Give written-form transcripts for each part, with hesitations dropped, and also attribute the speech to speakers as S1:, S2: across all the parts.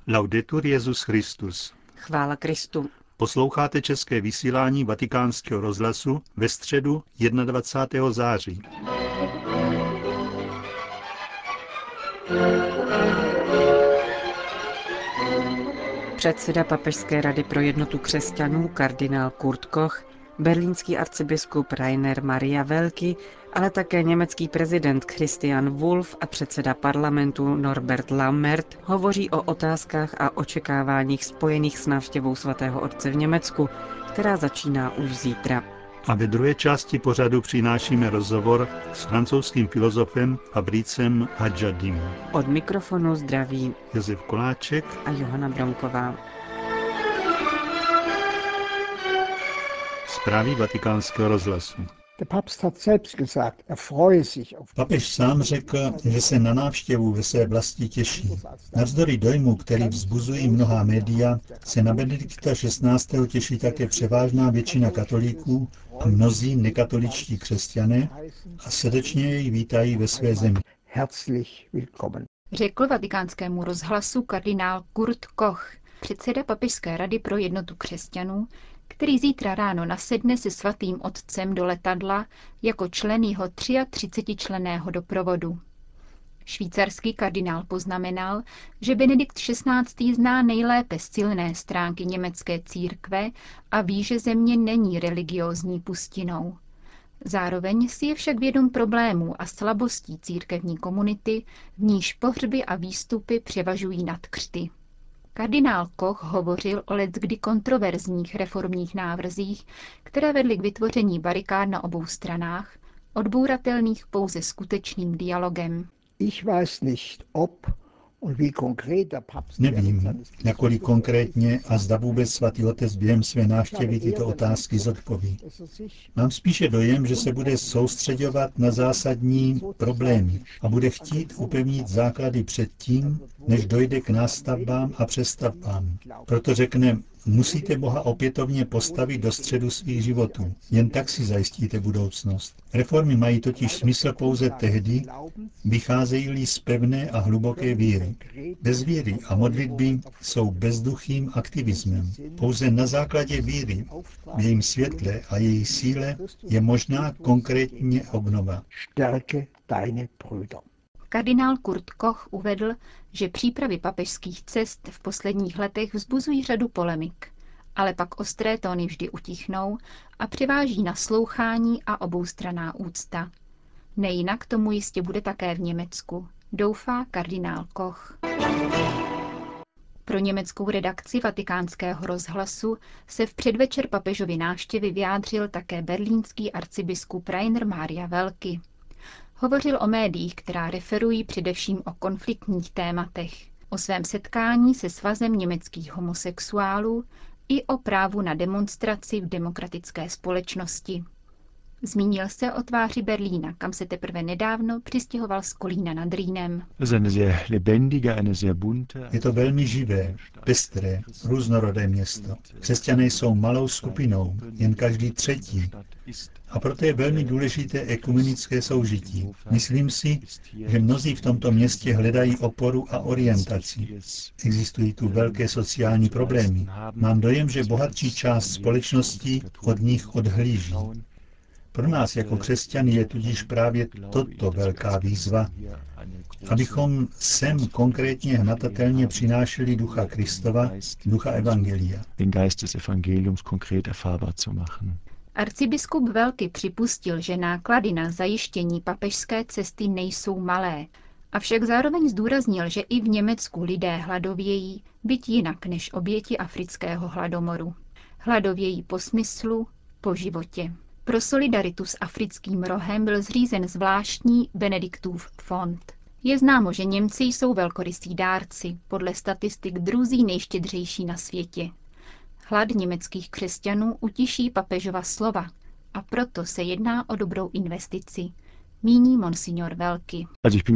S1: Laudetur Jesus Christus.
S2: Chvála Kristu.
S1: Posloucháte české vysílání Vatikánského rozhlasu ve středu 21. září.
S2: Předseda Papežské rady pro jednotu křesťanů kardinál Kurt Koch, berlínský arcibiskup Rainer Maria Welki, ale také německý prezident Christian Wulff a předseda parlamentu Norbert Lammert hovoří o otázkách a očekáváních spojených s návštěvou svatého otce v Německu, která začíná už zítra.
S1: A ve druhé části pořadu přinášíme rozhovor s francouzským filozofem Fabricem Hadžadím.
S2: Od mikrofonu zdraví
S1: Josef Koláček
S2: a Johana Bronková.
S1: Zprávy Vatikánského rozhlasu. Papež sám řekl, že se na návštěvu ve své vlasti těší. Navzdory dojmu, který vzbuzují mnohá média, se na Benedikta XVI. Těší také převážná většina katolíků a mnozí nekatoličtí křesťané a srdečně jej vítají ve své zemi.
S3: Řekl Vatikánskému rozhlasu kardinál Kurt Koch, předseda Papežské rady pro jednotu křesťanů, který zítra ráno nasedne se svatým otcem do letadla jako člen jeho 33členného doprovodu. Švýcarský kardinál poznamenal, že Benedikt XVI. Zná nejlépe silné stránky německé církve a ví, že země není religiózní pustinou. Zároveň si je však vědom problémů a slabostí církevní komunity, v níž pohřby a výstupy převažují nad křty. Kardinál Koch hovořil o leckdy kontroverzních reformních návrzích, které vedly k vytvoření barikád na obou stranách, odbouratelných pouze skutečným dialogem.
S1: Nevím, nakolik konkrétně a zda vůbec svatý otec během své návštěvy tyto otázky zodpoví. Mám spíše dojem, že se bude soustředovat na zásadní problémy a bude chtít upevnit základy předtím, než dojde k nástavbám a přestavbám. Proto řekne, musíte Boha opětovně postavit do středu svých životů. Jen tak si zajistíte budoucnost. Reformy mají totiž smysl pouze tehdy, vycházejí z pevné a hluboké víry. Bez víry a modlitby jsou bezduchým aktivismem. Pouze na základě víry, v jejím světle a její síle je možná konkrétně obnova.
S3: Kardinál Kurt Koch uvedl, že přípravy papežských cest v posledních letech vzbuzují řadu polemik, ale pak ostré tóny vždy utichnou a převáží naslouchání a oboustranná úcta. Nejinak tomu jistě bude také v Německu, doufá kardinál Koch. Pro německou redakci Vatikánského rozhlasu se v předvečer papežovy návštěvy vyjádřil také berlínský arcibiskup Rainer Maria Welki. Hovořil o médiích, která referují především o konfliktních tématech, o svém setkání se svazem německých homosexuálů i o právu na demonstraci v demokratické společnosti. Zmínil se o tváři Berlína, kam se teprve nedávno přistěhoval z Kolína nad Rýnem.
S1: Je to velmi živé, pestré, různorodé město. Křesťané jsou malou skupinou, jen každý třetí. A proto je velmi důležité ekumenické soužití. Myslím si, že mnozí v tomto městě hledají oporu a orientaci. Existují tu velké sociální problémy. Mám dojem, že bohatší část společnosti od nich odhlíží. Pro nás jako křesťany je tudíž právě toto velká výzva, abychom sem konkrétně hmatatelně přinášeli ducha Kristova, ducha Evangelia.
S3: Arcibiskup Welki připustil, že náklady na zajištění papežské cesty nejsou malé, avšak zároveň zdůraznil, že i v Německu lidé hladovějí, byť jinak než oběti afrického hladomoru. Hladovějí po smyslu, po životě. Pro solidaritu s africkým rohem byl zřízen zvláštní Benediktův fond. Je známo, že Němci jsou velkorysí dárci, podle statistik druzí nejštědřejší na světě. Hlad německých křesťanů utiší papežova slova a proto se jedná o dobrou investici, míní monsignor Welki.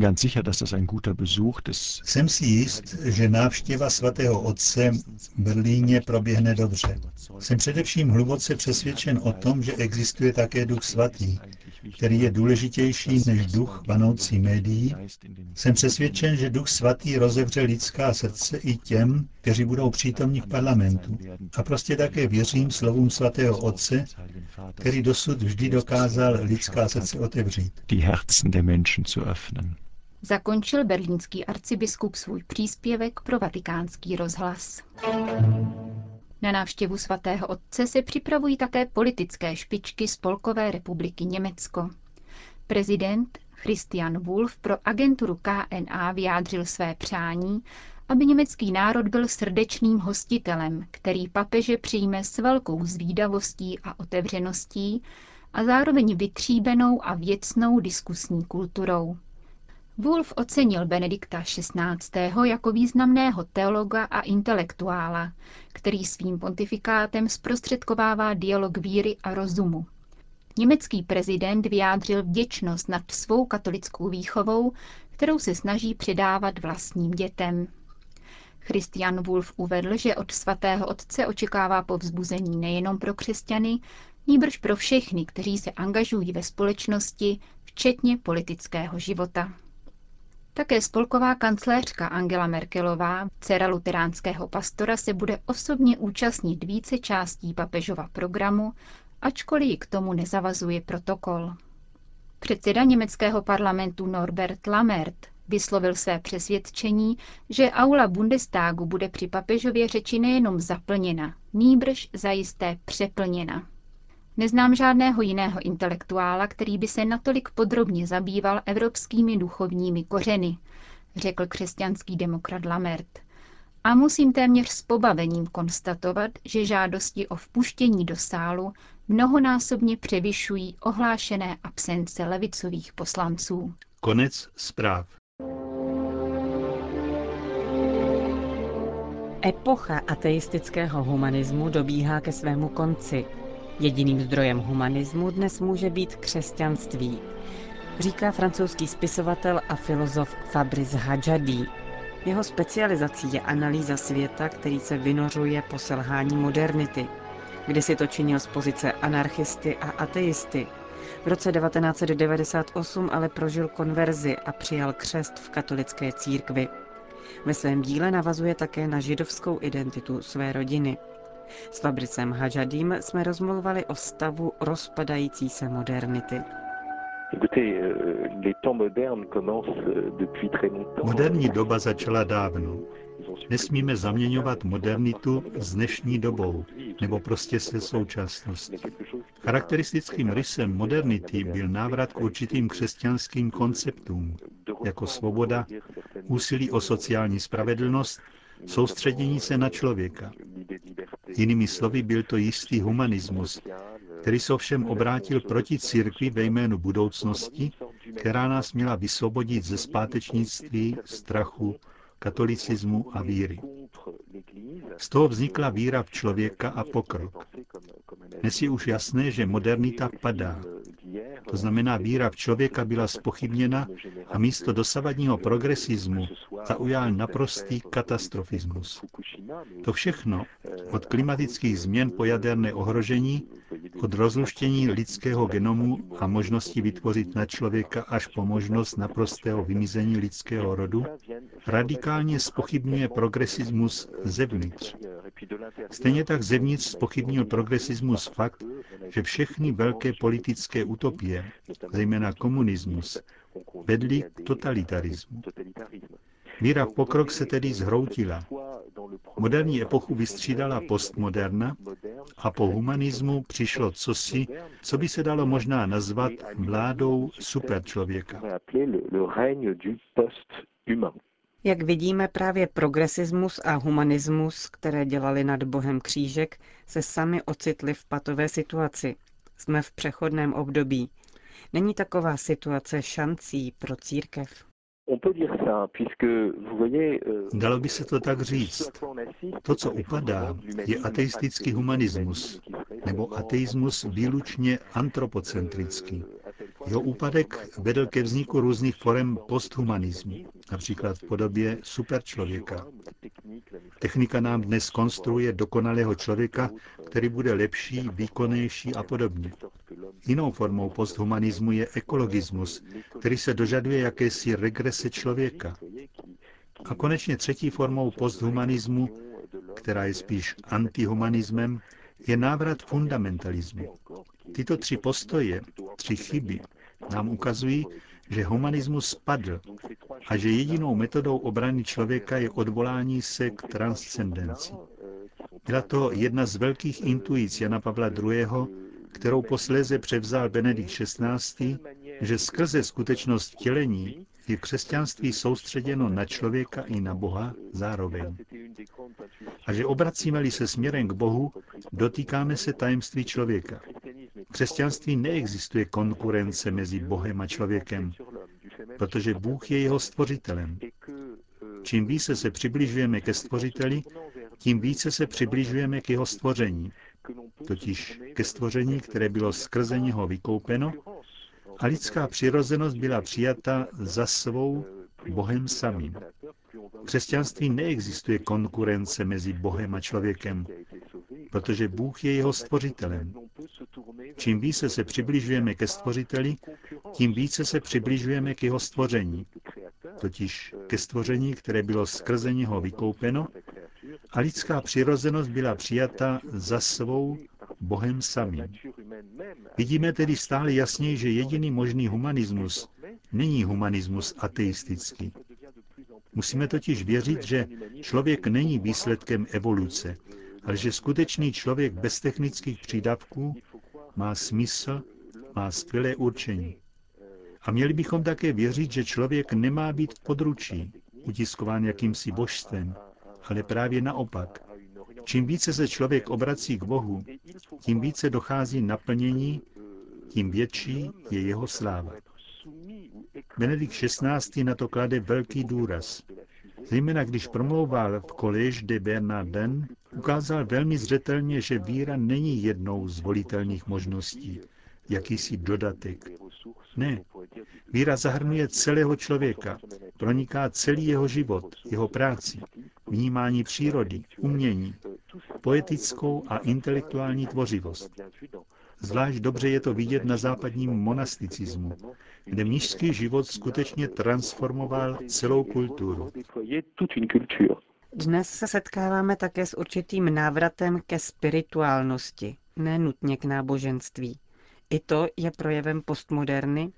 S1: Jsem si jist, že návštěva svatého otce v Berlíně proběhne dobře. Jsem především hluboce přesvědčen o tom, že existuje také Duch svatý který je důležitější než duch vanoucí médií, jsem přesvědčen, že Duch Svatý rozevře lidská srdce i těm, kteří budou přítomní v parlamentu. A prostě také věřím slovům svatého Otce, který dosud vždy dokázal lidská srdce otevřít.
S3: Zakončil berlínský arcibiskup svůj příspěvek pro Vatikánský rozhlas. Na návštěvu svatého otce se připravují také politické špičky Spolkové republiky Německo. Prezident Christian Wulff pro agenturu KNA vyjádřil své přání, aby německý národ byl srdečným hostitelem, který papeže přijme s velkou zvídavostí a otevřeností a zároveň vytříbenou a věcnou diskusní kulturou. Wulff ocenil Benedikta XVI. Jako významného teologa a intelektuála, který svým pontifikátem zprostředkovává dialog víry a rozumu. Německý prezident vyjádřil vděčnost nad svou katolickou výchovou, kterou se snaží předávat vlastním dětem. Christian Wulff uvedl, že od svatého otce očekává povzbuzení nejenom pro křesťany, nýbrž pro všechny, kteří se angažují ve společnosti, včetně politického života. Také spolková kancléřka Angela Merkelová, dcera luteránského pastora, se bude osobně účastnit více částí papežova programu, ačkoliv ji k tomu nezavazuje protokol. Předseda německého parlamentu Norbert Lammert vyslovil své přesvědčení, že aula Bundestagu bude při papežově řeči nejenom zaplněna, nýbrž zajisté přeplněna. Neznám žádného jiného intelektuála, který by se natolik podrobně zabýval evropskými duchovními kořeny, řekl křesťanský demokrat Lammert. A musím téměř s pobavením konstatovat, že žádosti o vpuštění do sálu mnohonásobně převyšují ohlášené absence levicových poslanců.
S1: Konec zpráv.
S2: Epocha ateistického humanismu dobíhá ke svému konci. Jediným zdrojem humanismu dnes může být křesťanství, říká francouzský spisovatel a filozof Fabrice Hadjadí. Jeho specializací je analýza světa, který se vynořuje po selhání modernity. Kdysi to činil z pozice anarchisty a ateisty. V roce 1998 ale prožil konverzi a přijal křest v katolické církvi. Ve svém díle navazuje také na židovskou identitu své rodiny. S Fabricem Hadjadím jsme rozmlouvali o stavu rozpadající se modernity.
S1: Moderní doba začala dávno. Nesmíme zaměňovat modernitu s dnešní dobou, nebo prostě se současností. Charakteristickým rysem modernity byl návrat k určitým křesťanským konceptům, jako svoboda, úsilí o sociální spravedlnost, soustředění se na člověka. Jinými slovy, byl to jistý humanismus, který se ovšem obrátil proti církvi ve jménu budoucnosti, která nás měla vysvobodit ze zpátečnictví, strachu, katolicismu a víry. Z toho vznikla víra v člověka a pokrok. Dnes je už jasné, že modernita padá. To znamená, víra v člověka byla zpochybněna a místo dosavadního progresismu zaujal naprostý katastrofismus. To všechno, od klimatických změn po jaderné ohrožení, od rozluštění lidského genomu a možnosti vytvořit na člověka až po možnost naprostého vymizení lidského rodu, radikálně zpochybňuje progresismus zevnitř. Stejně tak zevnitř zpochybnil progresismus fakt, že všechny velké politické utopie, zejména komunismus, vedly k totalitarismu. Víra v pokrok se tedy zhroutila. Moderní epochu vystřídala postmoderna a po humanismu přišlo cosi, co by se dalo možná nazvat vládou superčlověka.
S2: Jak vidíme, právě progresismus a humanismus, které dělali nad Bohem křížek, se sami ocitli v patové situaci. Jsme v přechodném období. Není taková situace šancí pro církev?
S1: Dalo by se to tak říct. To, co upadá, je ateistický humanismus, nebo ateismus výlučně antropocentrický. Jeho úpadek vedl ke vzniku různých forem posthumanismu, například v podobě superčlověka. Technika nám dnes konstruuje dokonalého člověka, který bude lepší, výkonnější a podobně. Jinou formou posthumanismu je ekologismus, který se dožaduje jakési regrese člověka. A konečně třetí formou posthumanismu, která je spíš antihumanismem, je návrat fundamentalismu. Tyto tři postoje, tři chyby, nám ukazují, že humanismus spadl a že jedinou metodou obrany člověka je odvolání se k transcendenci. Byla to jedna z velkých intuic Jana Pavla II., kterou posléze převzal Benedikt XVI., že skrze skutečnost vtělení je křesťanství soustředěno na člověka i na Boha zároveň. A že obracíme-li se směrem k Bohu, dotýkáme se tajemství člověka. V křesťanství neexistuje konkurence mezi Bohem a člověkem, protože Bůh je jeho stvořitelem. Čím více se přibližujeme ke stvořiteli, tím více se přibližujeme k jeho stvoření, totiž ke stvoření, které bylo skrze něho vykoupeno, a lidská přirozenost byla přijata za svou Bohem samým. V křesťanství neexistuje konkurence mezi Bohem a člověkem, protože Bůh je jeho stvořitelem. Čím více se přibližujeme ke stvořiteli, tím více se přibližujeme k jeho stvoření, totiž ke stvoření, které bylo skrze něho vykoupeno, a lidská přirozenost byla přijata za svou Bohem samým. Vidíme tedy stále jasněji, že jediný možný humanismus není humanismus ateistický. Musíme totiž věřit, že člověk není výsledkem evoluce, ale že skutečný člověk bez technických přídavků má smysl, má skvělé určení. A měli bychom také věřit, že člověk nemá být v područí, utiskován jakýmsi božstvem, ale právě naopak. Čím více se člověk obrací k Bohu, tím více dochází naplnění, tím větší je jeho sláva. Benedikt XVI. Na to klade velký důraz. Zejména když promlouval v Collège de Bernardin, ukázal velmi zřetelně, že víra není jednou z volitelných možností, jakýsi dodatek. Ne, víra zahrnuje celého člověka, proniká celý jeho život, jeho práci, vnímání přírody, umění, poetickou a intelektuální tvořivost. Zvlášť dobře je to vidět na západním monasticismu, kde mnišský život skutečně transformoval celou kulturu.
S2: Dnes se setkáváme také s určitým návratem ke spirituálnosti, ne nutně k náboženství. I to je projevem postmoderny?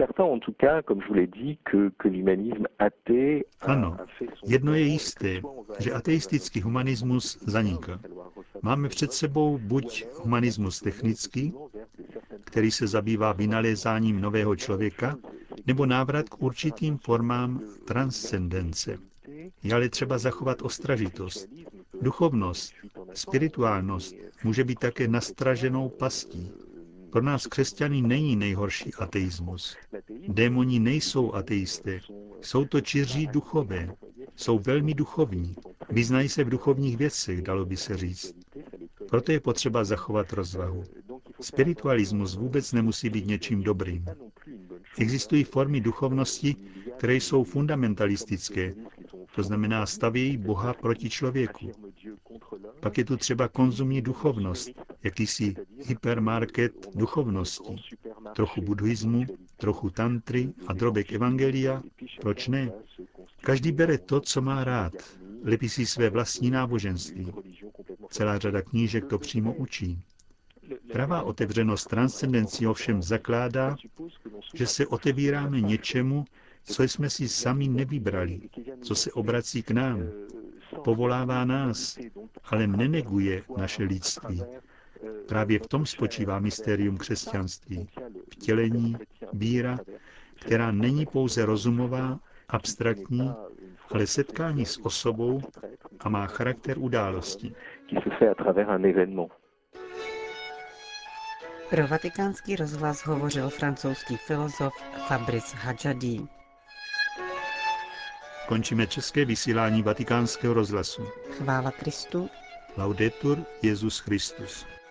S1: Ano, jedno je jisté, že ateistický humanismus zanikl. Máme před sebou buď humanismus technický, který se zabývá vynalézáním nového člověka, nebo návrat k určitým formám transcendence. Je ale třeba zachovat ostražitost. Duchovnost, spirituálnost může být také nastraženou pastí. Pro nás křesťany není nejhorší ateismus. Démoni nejsou ateisté, jsou to čiří duchové, jsou velmi duchovní, vyznají se v duchovních věcech, dalo by se říct. Proto je potřeba zachovat rozvahu. Spiritualismus vůbec nemusí být něčím dobrým. Existují formy duchovnosti, které jsou fundamentalistické, to znamená stavějí Boha proti člověku. Pak je tu třeba konzumní duchovnost, jakýsi hypermarket duchovnosti. Trochu buddhismu, trochu tantry a drobek evangelia, proč ne? Každý bere to, co má rád, lepí si své vlastní náboženství. Celá řada knížek to přímo učí. Pravá otevřenost transcendencí ovšem zakládá, že se otevíráme něčemu, co jsme si sami nevybrali, co se obrací k nám. Povolává nás, ale neneguje naše lidství. Právě v tom spočívá mystérium křesťanství. Vtělení, víra, která není pouze rozumová, abstraktní, ale setkání s osobou a má charakter události.
S2: Pro Vatikánský rozhlas hovořil francouzský filozof Fabrice Hadžadí.
S1: Končíme české vysílání Vatikánského rozhlasu.
S2: Chvála Kristu.
S1: Laudetur Jesus Christus.